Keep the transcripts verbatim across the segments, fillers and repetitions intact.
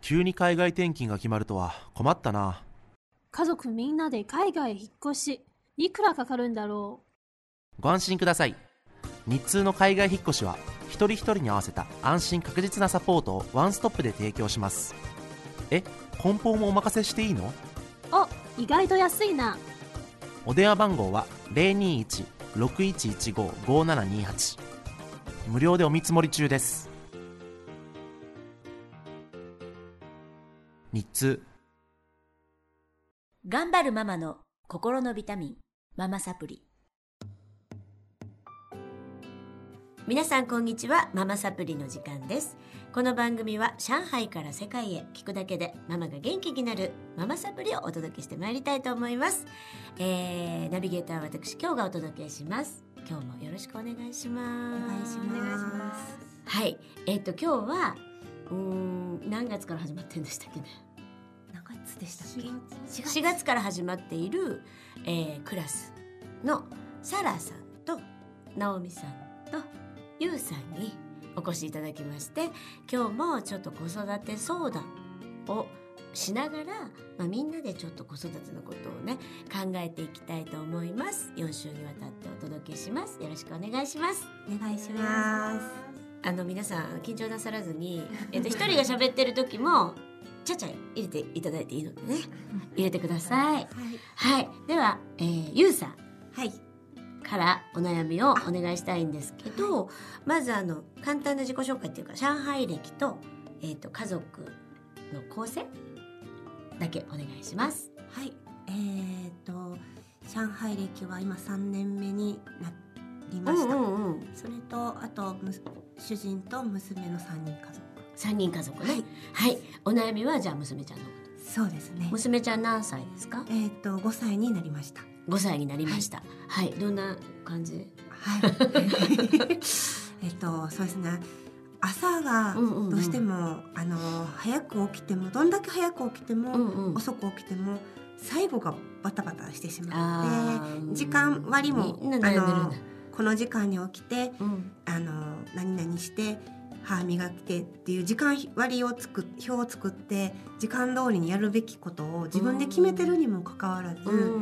急に海外転勤が決まるとは困ったな。 家族みんなで海外へ引っ越し、いくらかかるんだろう。ご安心ください。日通の海外引っ越しは一人一人に合わせた安心確実なサポートをワンストップで提供します。え、梱包もお任せしていいの？ お、意外と安いな。 お電話番号は ゼロにいち ろくいちいちご ごななにはち、無料でお見積もり中です。日通。 頑張るママの心のビタミン、ママサプリ。皆さんこんにちは。ママサプリの時間です。この番組は上海から世界へ聞くだけでママが元気になるママサプリをお届けしてまいりたいと思います。えー、ナビゲーターは私今日がお届けします。今日もよろしくお願いします。 お願いします。 はい、えっと今日はうーん何月から始まってるんでしたっけね。 何月でしたっけ。 しがつから始まっている、えー、クラスのサラさんとナオミさんとユウさんにお越しいただきまして、今日もちょっと子育て相談をしながら、まあ、みんなでちょっと子育てのことをね考えていきたいと思います。よん週にわたってお届けします。よろしくお願いします。 お願いします。 あの皆さん緊張なさらずに、えっと、一人が喋ってる時もちゃちゃ入れていただいていいのでね入れてください。はい、はい、では、えー、ユウさん、 はい、 からお悩みをお願いしたいんですけど、はい、まずあの簡単な自己紹介っていうか上海歴と、えー、と家族の構成だけお願いします。 はい、えー、と上海歴は今さんねんめになりました。うんうんうん、それとあと主人と娘のさんにん家族。 さんにん家族ね。はい、はい、お悩みはじゃあ娘ちゃんのこと。 そうですね。 娘ちゃん何歳ですか？ えー、とごさいになりました。 ごさいになりました。はい、はい、どんな感じ？ はいえっとそうですね、朝がどうしても、うんうんうん、あの早く起きてもどんだけ早く起きても、うんうん、遅く起きても最後がバタバタしてしまって時間割もあのこの時間に起きて、うん、あの何々して歯磨きてっていう時間割をつく表を作って時間通りにやるべきことを自分で決めてるにもかかわらず、うん、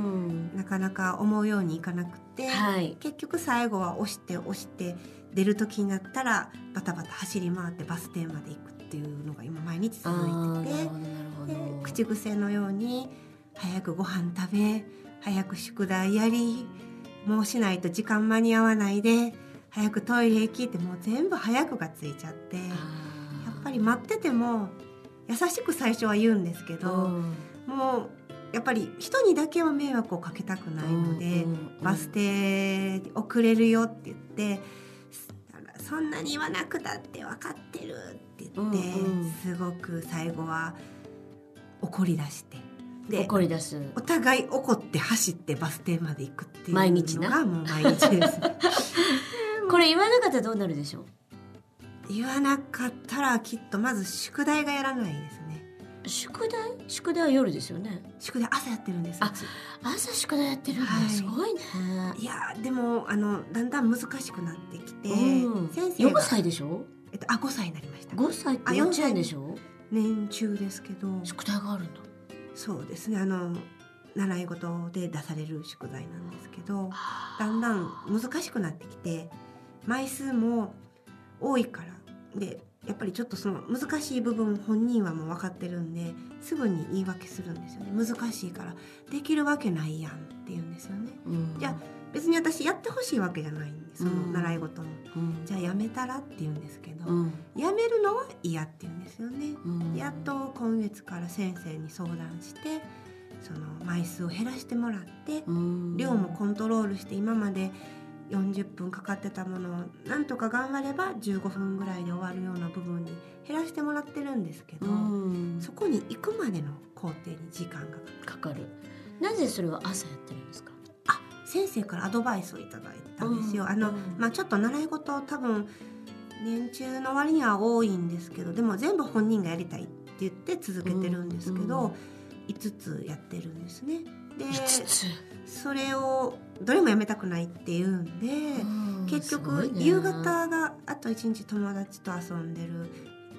なかなか思うようにいかなくて、はい、結局最後は押して押して出る時になったらバタバタ走り回ってバス停まで行くっていうのが今毎日続いてて、で口癖のように早くご飯食べ、早く宿題やり、もうしないと時間間に合わないで、早くトイレ行きってもう全部早くがついちゃって、やっぱり待ってても優しく最初は言うんですけど、うん、もうやっぱり人にだけは迷惑をかけたくないので、うんうんうん、バス停遅れるよって言ってそんなに言わなくたって分かってるって言って、うんうん、すごく最後は怒り出してで怒り出す、 お互い怒って走ってバス停まで行くっていう毎日のがもう毎日ですこれ言わなかったらどうなるでしょう？ 言わなかったらきっとまず宿題がやらないですね。 宿題？宿題は夜ですよね。 宿題朝やってるんです。 あ、朝宿題やってるんだ、はい、すごいね。 いやでもあのだんだん難しくなってきて、 うん、先生がよんさいでしょ？ えっと、あごさいになりました。 ごさいって幼稚園でしょ？ 年中ですけど宿題があるんだ。 そうですね、あの習い事で出される宿題なんですけど、だんだん難しくなってきて枚数も多いからで、やっぱりちょっとその難しい部分本人はもう分かってるんですぐに言い訳するんですよね。難しいからできるわけないやんって言うんですよね。じゃあ別に私やってほしいわけじゃないんで、その習い事も、うん、じゃあやめたらって言うんですけど、うん、やめるのは嫌って言うんですよね。うん、やっと今月から先生に相談してその枚数を減らしてもらって、うん、量もコントロールして今までよんじゅっぷんかかってたものをなんとか頑張ればじゅうごふんぐらいで終わるような部分に減らしてもらってるんですけど、そこに行くまでの工程に時間がかかる。なぜそれは朝やってるんですか？ あ、先生からアドバイスをいただいたんですよ。あの、まあ、ちょっと習い事多分年中の割には多いんですけど、でも全部本人がやりたいって言って続けてるんですけど、いつつやってるんですね。でいつつそれをどれもやめたくないっていうんで、結局夕方があと一日友達と遊んでる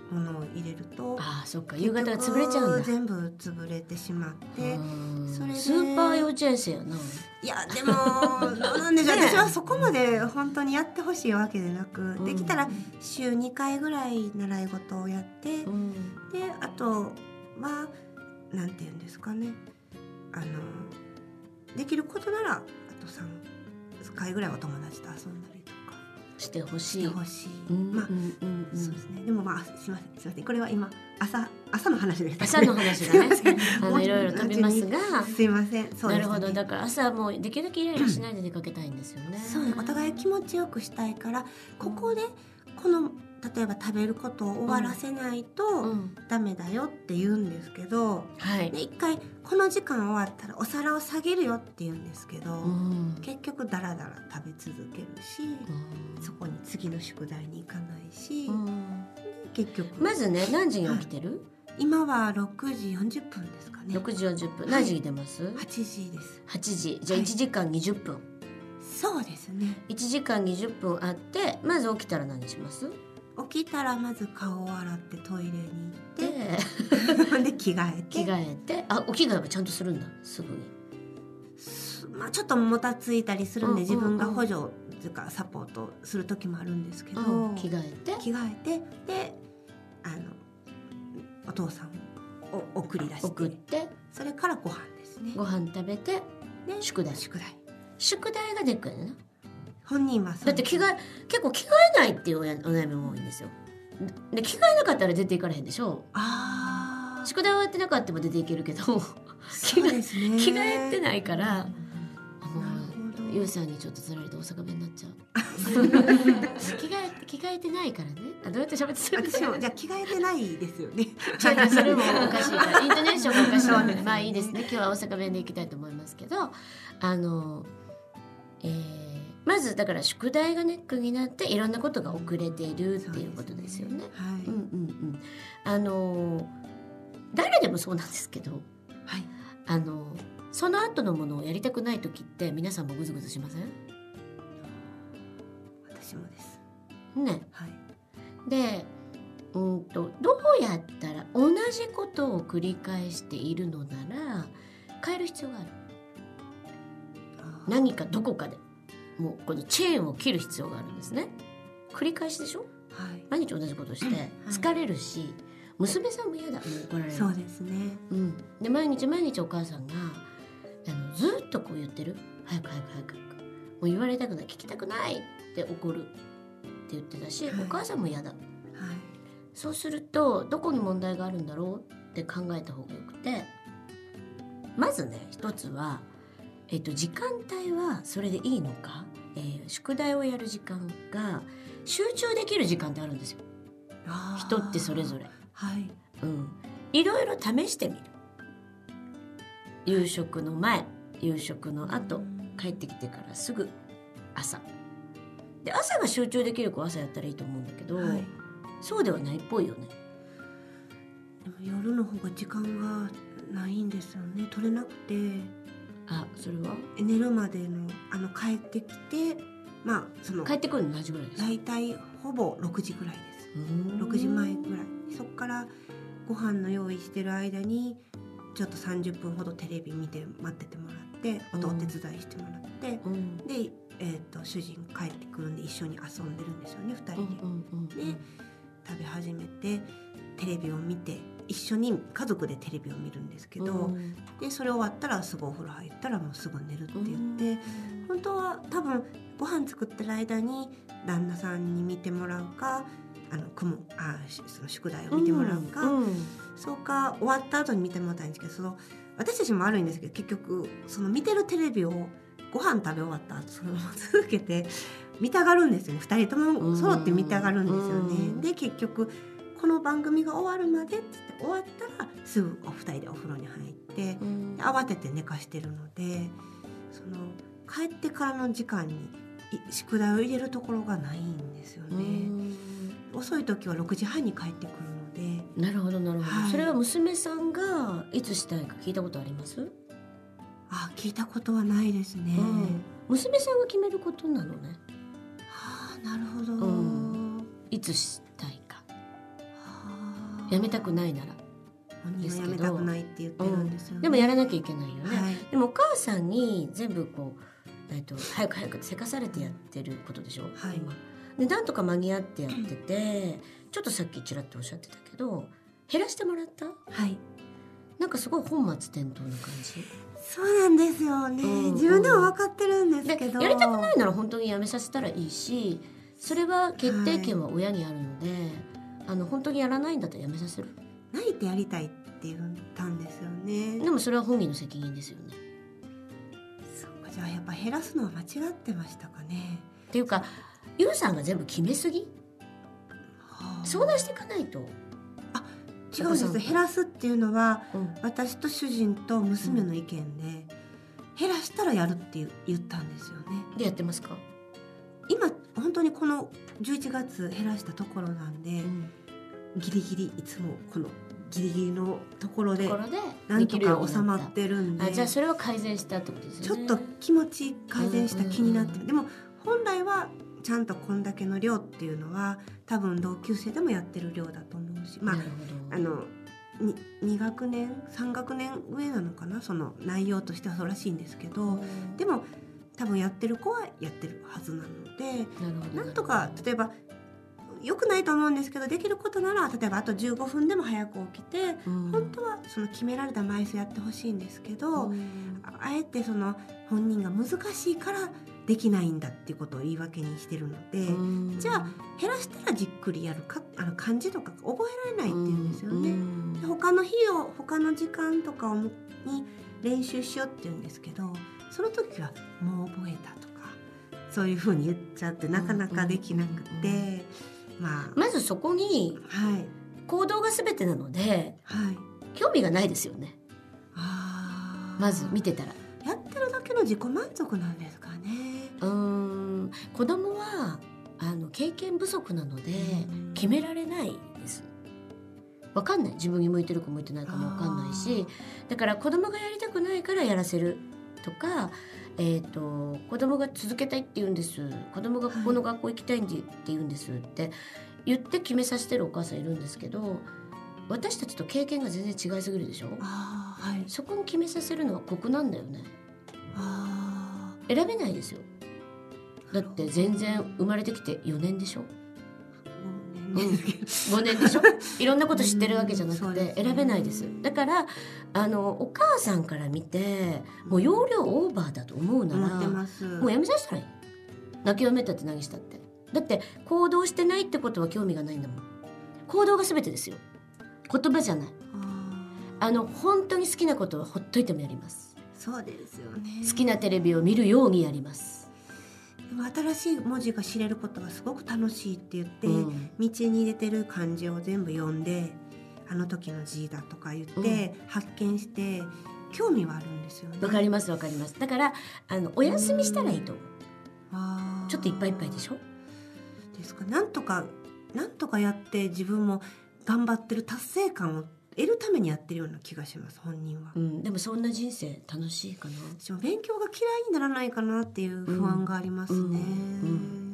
ものを入れると、 ああそっか、夕方が潰れちゃうんだ。 全部潰れてしまって、それでスーパー幼稚園生やな。 いやでもどうなんでしょう、ね、私はそこまで本当にやってほしいわけでなく、うん、できたら週にかいぐらい習い事をやって、うん、であとはなんて言うんですかね、あのできることならあとさんかいぐらいお友達と遊んだりとかしてほしい。 してほしい。まあ、そうですね。でもまあすみませんすみません。これは今朝朝の話でした、ね。 朝の話だね。あのいろいろ飛びますが。 すいません。そうですね。 なるほど。だから朝もうできるだけイライラしないで出かけたいんですよね。 そうね。お互い気持ちよくしたいからここでこの例えば食べることを終わらせないとダメだよって言うんですけど、 はい、 で一回この時間終わったらお皿を下げるよって言うんですけど、うん、結局ダラダラ食べ続けるし、うん、そこに次の宿題に行かないし、うん、結局まずね何時に起きてる？ 今はろくじよんじゅっぷんですかね。 ろくじよんじゅっぷん、何時に出ます？ はちじです。 はちじ、じゃあいちじかんにじゅっぷん、はい、 そうですね。 いちじかんにじゅっぷんあってまず起きたら何します？ 起きたらまず顔を洗ってトイレに行ってで着替えて着替えて、あ、お着替えはちゃんとするんだすぐに。 まあちょっともたついたりするんで、うんうんうん、自分が補助というかサポートする時もあるんですけど、 うん、着替えて着替えてであのお父さんを送り出して送ってそれからご飯ですね。 ご飯食べてで宿題宿題宿題がでっかいな。 本人はそうだって着替え結構着替えないっていうお悩みも多いんですよ。で着替えなかったら出ていかれへんでしょ。 あ宿題終わってなかったら出ていけるけどそうですね、 着替えてないからゆうさんにちょっとつられて大阪弁になっちゃう着替え着替えてないからね。あ、どうやって喋ってるんですか。 私もじゃあ着替えてないですよねそれもおかしいからイントネーションがおかしいのでまあいいですね。今日は大阪弁でいきたいと思いますけど、あのえーまずだから宿題がネックになっていろんなことが遅れているっていうことですよね。 はい。 うんうんうん。あの誰でもそうなんですけど、 はい。 あのその後のものをやりたくない時って皆さんもグズグズしません？ 私もです。 ね。 はい。 で、うんとどうやったら同じことを繰り返しているのなら変える必要がある。何かどこかで。もうこのチェーンを切る必要があるんですね。繰り返しでしょ、 はい、 毎日同じことして疲れるし、はい、娘さんも嫌だ、もう怒られる。 そうですね、 うん、で毎日毎日お母さんがあのずっとこう言ってる。早く早く早く早く、もう言われたくない、聞きたくないって怒るって言ってたし、はい、お母さんも嫌だ、はい、そうするとどこに問題があるんだろうって考えた方がよくて、まずね一つはえっと、時間帯はそれでいいのか、えー、宿題をやる時間が集中できる時間ってあるんですよ。人ってそれぞれ、 はいうん、いろいろ試してみる。夕食の前、夕食の後、帰ってきてからすぐ朝で、朝が集中できる子は朝やったらいいと思うんだけど、はい、そうではないっぽいよね。 でも夜の方が時間がないんですよね。取れなくて。 あ、それは寝るまでのあの帰ってきて、まあその帰ってくるの何時ぐらいですか？ 大体ほぼろくじぐらいです。ろくじまえぐらい。そこからご飯の用意してる間にちょっとさんじゅっぷんほどテレビ見て待っててもらって、お手伝いしてもらって、うん、で、えーと、主人帰ってくるんで一緒に遊んでるんですよね、ふたりで、うんうんうん、で食べ始めてテレビを見て一緒に家族でテレビを見るんですけど、うん、でそれ終わったらすぐお風呂入ったらもうすぐ寝るって言って、うん、本当は多分ご飯作ってる間に旦那さんに見てもらうか、あの雲あその宿題を見てもらうか、うんうん、そうか終わった後に見てもらったんですけど、その私たちも悪いんですけど結局その見てるテレビをご飯食べ終わった後その続けて見たがるんですよね。ふたりとも揃って見たがるんですよね、うん、で結局この番組が終わるまでって言って終わったらすぐお二人でお風呂に入って、うん、慌てて寝かしてるので、その帰ってからの時間に宿題を入れるところがないんですよね、うん、遅い時はろくじはんに帰ってくるので。 なるほどなるほど、はい、それは娘さんがいつしたいか聞いたことあります？ あ、聞いたことはないですね、うん、 娘さんが決めることなのね。 はあ、なるほど、 うん、いつしたいか。 はやめたくないなら本人はやめたくないって言ってるんですよね、 うん、でもやらなきゃいけないよね、 はい、 でもお母さんに全部こう、えっと、早く早くせかされてやってることでしょ、 はい、 今でなんとか間に合ってやっててちょっとさっきちらっとおっしゃってたけど減らしてもらった？ はい、 なんかすごい本末転倒な感じ。 そうなんですよね、うんうん、自分でも分かってるんですけど、 やりたくないなら本当にやめさせたらいいし、それは決定権は親にあるので、はい、あの本当にやらないんだったらやめさせる。 泣いてやりたいって言ったんですよね。 でもそれは本人の責任ですよね。 そうか、じゃあやっぱ減らすのは間違ってましたかね。 っていうかゆうさんが全部決めすぎ、はあ、相談していかないと。 あ、違うんです。減らすっていうのは、うん、私と主人と娘の意見で、うん、減らしたらやるって言ったんですよね。 でやってますか？ 今本当にこのじゅういちがつ減らしたところなんで、うん、ギリギリいつもこのギリギリのところでなんとか収まってるんで、 あ、じゃあそれは改善したってことですよね。 ちょっと気持ち改善した気になってる、うんうんうん、でも本来はちゃんとこんだけの量っていうのは多分同級生でもやってる量だと思うし、まああのにに学年さん学年上なのかな、その内容としてはそうらしいんですけど、うん、でも多分やってる子はやってるはずなので、 な, なんとか例えば良くないと思うんですけど、できることなら例えばあとじゅうごふんでも早く起きて、うん、本当はその決められた枚数やってほしいんですけど、うん、あえてその本人が難しいからできないんだっていうことを言い訳にしてるので、うん、じゃあ減らしたらじっくりやるか、あの漢字とか覚えられないっていうんですよね、うん、で他の日を他の時間とかをに練習しようって言うんですけど、その時はもう覚えたとかそういう風に言っちゃってなかなかできなくて、うんうんうん、まあ、 まずそこに行動が全てなので、はい、興味がないですよね。あ、まず見てたらやってるだけの自己満足なんですかね。 うーん、子供はあの経験不足なので決められないです。分かんない、自分に向いてるか向いてないかも分かんないし、だから子供がやりたくないからやらせるとか、えーと、子供が続けたいって言うんです、子供がここの学校行きたいんでって言うんですって言って決めさせてるお母さんいるんですけど、私たちと経験が全然違いすぎるでしょ。あ、はい、そこに決めさせるのは酷なんだよね。あ、選べないですよ。だって全然生まれてきてよねんでしょ、ごねんでしょいろんなこと知ってるわけじゃなくて選べないです。だからあのお母さんから見てもう容量オーバーだと思うならもうやめさせたらいい。泣きをめたって何したって。だって行動してないってことは興味がないんだもん。行動が全てですよ、言葉じゃない。ああの本当に好きなことはほっといてもやります。 そうですよね。 好きなテレビを見るようにやります。 でも新しい文字が知れることがすごく楽しいって言って、うん、道に出てる漢字を全部読んであの時の字だとか言って、うん、発見して興味はあるんですよね。 わかりますわかります。だからあのお休みしたらいいと思う。あ、ちょっといっぱいいっぱいでしょ。 ですか。なんとかなんとかやって自分も頑張ってる達成感を得るためにやってるような気がします、本人は、 うん、でもそんな人生楽しいかな。 私も勉強が嫌いにならないかなっていう不安がありますね、うんうんうん、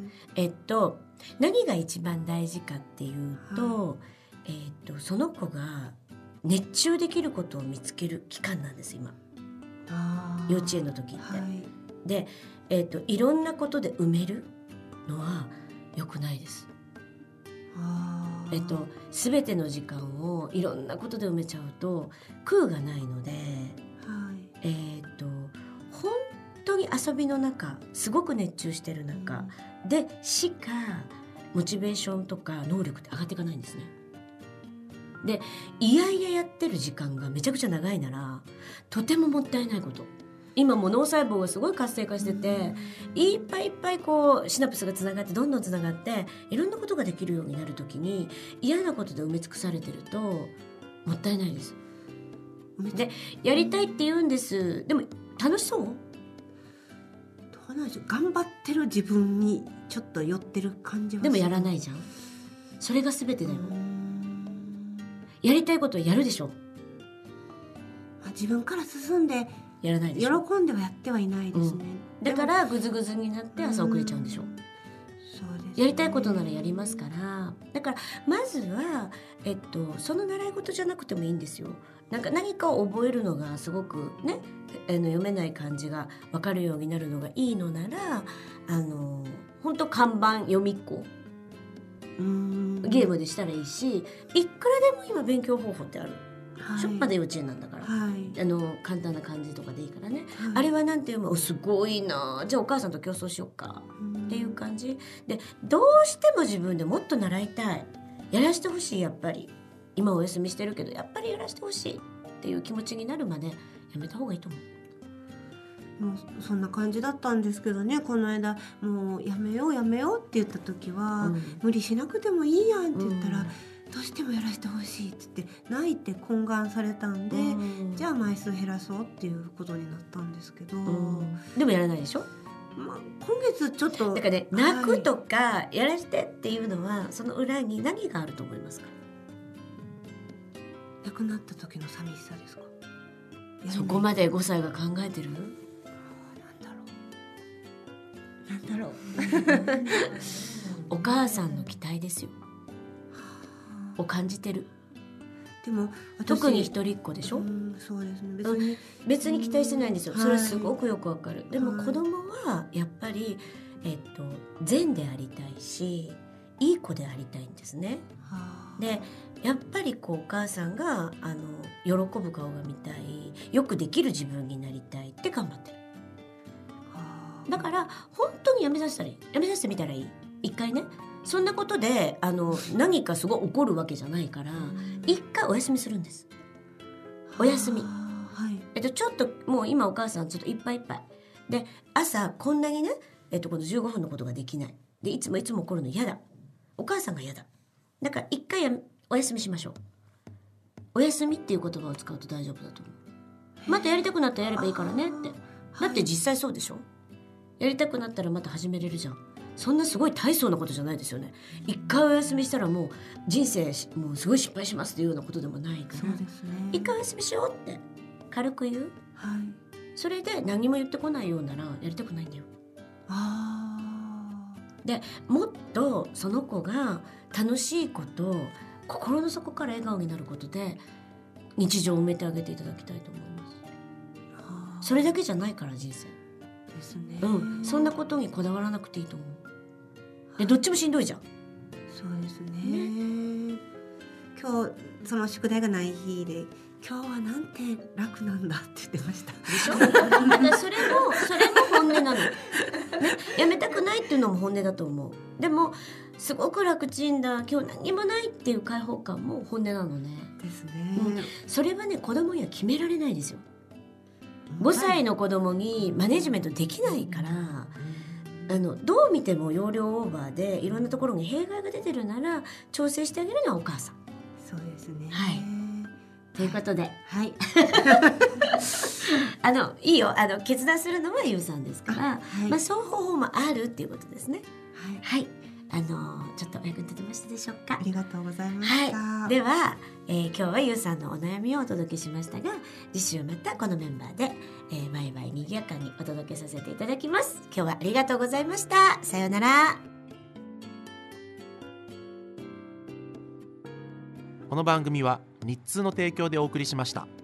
えっと何が一番大事かっていうと、はい、えっとその子が熱中できることを見つける期間なんです今。あ、幼稚園の時って、はい、で、えっといろんなことで埋めるのは良くないです。あ、えっと、全ての時間をいろんなことで埋めちゃうと空がないので、はい、えっと本当に遊びの中すごく熱中してる中、うん、でしかモチベーションとか能力って上がっていかないんですね。でいやいややってる時間がめちゃくちゃ長いならとてももったいないこと。今も脳細胞がすごい活性化してて、いっぱいいっぱいこうシナプスがつながってどんどんつながっていろんなことができるようになるときに嫌なことで埋め尽くされてるともったいないです。でやりたいって言うんです。でも楽しそう？どうなんでしょう。頑張ってる自分にちょっと寄ってる感じは。 でもやらないじゃん。それが全てだよ。やりたいことをやるでしょ。 自分から進んでやらないでしょ。 喜んではやってはいないですね、 うん、だからグズグズになって朝遅れちゃうんでしょ、うん、 そうでやりたいことならやりますから、だからまずは、えっと、その習い事じゃなくてもいいんですよ。なんか何かを覚えるのがすごくね、あの読めない漢字が分かるようになるのがいいのなら、あの本当看板読みっこうーんゲームでしたらいいし、いくらでも今勉強方法ってある、はい、しょっぱで幼稚園なんだから、はい、あの簡単な漢字とかでいいからね、はい、あれはなんていうの、すごいな、じゃあお母さんと競争しようかっていう感じで、どうしても自分でもっと習いたい、やらしてほしい、やっぱり今お休みしてるけどやっぱりやらしてほしいっていう気持ちになるまでやめた方がいいと思う。 もうそんな感じだったんですけどね、この間もうやめようやめようって言った時は、うん、無理しなくてもいいやんって言ったら、うん、どうしてもやらせてほしいって言って泣いて懇願されたんで、うん、じゃあ枚数減らそうっていうことになったんですけど、うん、 でもやらないでしょ。 まあ、今月ちょっとだからね、泣くとかやらせてっていうのは、その裏に何があると思いますか。 亡くなった時の寂しさですか。 そこまでごさいが考えてる。なんだろうお母さんの期待ですよを感じてる。 でも特に一人っ子でしょ。 うんそうですね、別に別に期待してないんですよ。それすごくよくわかる。でも子供はやっぱり、えっと、善でありたいし、いい子でありたいんですね。でやっぱりこうお母さんがあの喜ぶ顔が見たい、よくできる自分になりたいって頑張ってる。だから本当にやめさせたらいい、やめさせてみたらいい、一回ね。そんなことであの何かすごい怒るわけじゃないから、一回お休みするんです。お休み、はい、えっと、ちょっともう今お母さんちょっといっぱいいっぱいで、朝こんなにね、えっと、このじゅうごふんのことができないで、いつもいつも怒るの嫌だ、お母さんが嫌だ、だから一回やお休みしましょう。お休みっていう言葉を使うと大丈夫だと思う。またやりたくなったらやればいいからねって。だって実際そうでしょ。やりたくなったらまた始めれるじゃん。そんなすごい大層なことじゃないですよね。一回お休みしたらもう人生もうすごい失敗しますっていうようなことでもないから、そうですね、一回お休みしようって軽く言う、はい、それで何も言ってこないようならやりたくないんだよ。あでもっとその子が楽しいこと、心の底から笑顔になることで日常を埋めてあげていただきたいと思います。それだけじゃないから人生ですね、うん、そんなことにこだわらなくていいと思う。でどっちもしんどいじゃん。 そうですね、ね、今日その宿題がない日で、今日はなんて楽なんだって言ってましたでしょ。だからそれもそれも本音なの、ね、やめたくないっていうのも本音だと思う。でもすごく楽ちんだ、今日何もないっていう解放感も本音なのね。 ですね、 うん、それはね子供には決められないですよ。ごさいの子供にマネジメントできないから、あのどう見ても容量オーバーでいろんなところに弊害が出てるなら調整してあげるのはお母さん。 そうですね、 はい、ということで、 はい、 あのいいよ、あの決断するのはゆうさんですから、はい、まあ、そういう方法もあるっていうことですね。はい、はい、あのちょっとお役に立てましたでしょうか。 ありがとうございました。 はい、では、えー、今日はゆうさんのお悩みをお届けしましたが、次週またこのメンバーで、えー、ワイワイにぎやかにお届けさせていただきます。今日はありがとうございました。さようなら。 この番組は日通の提供でお送りしました。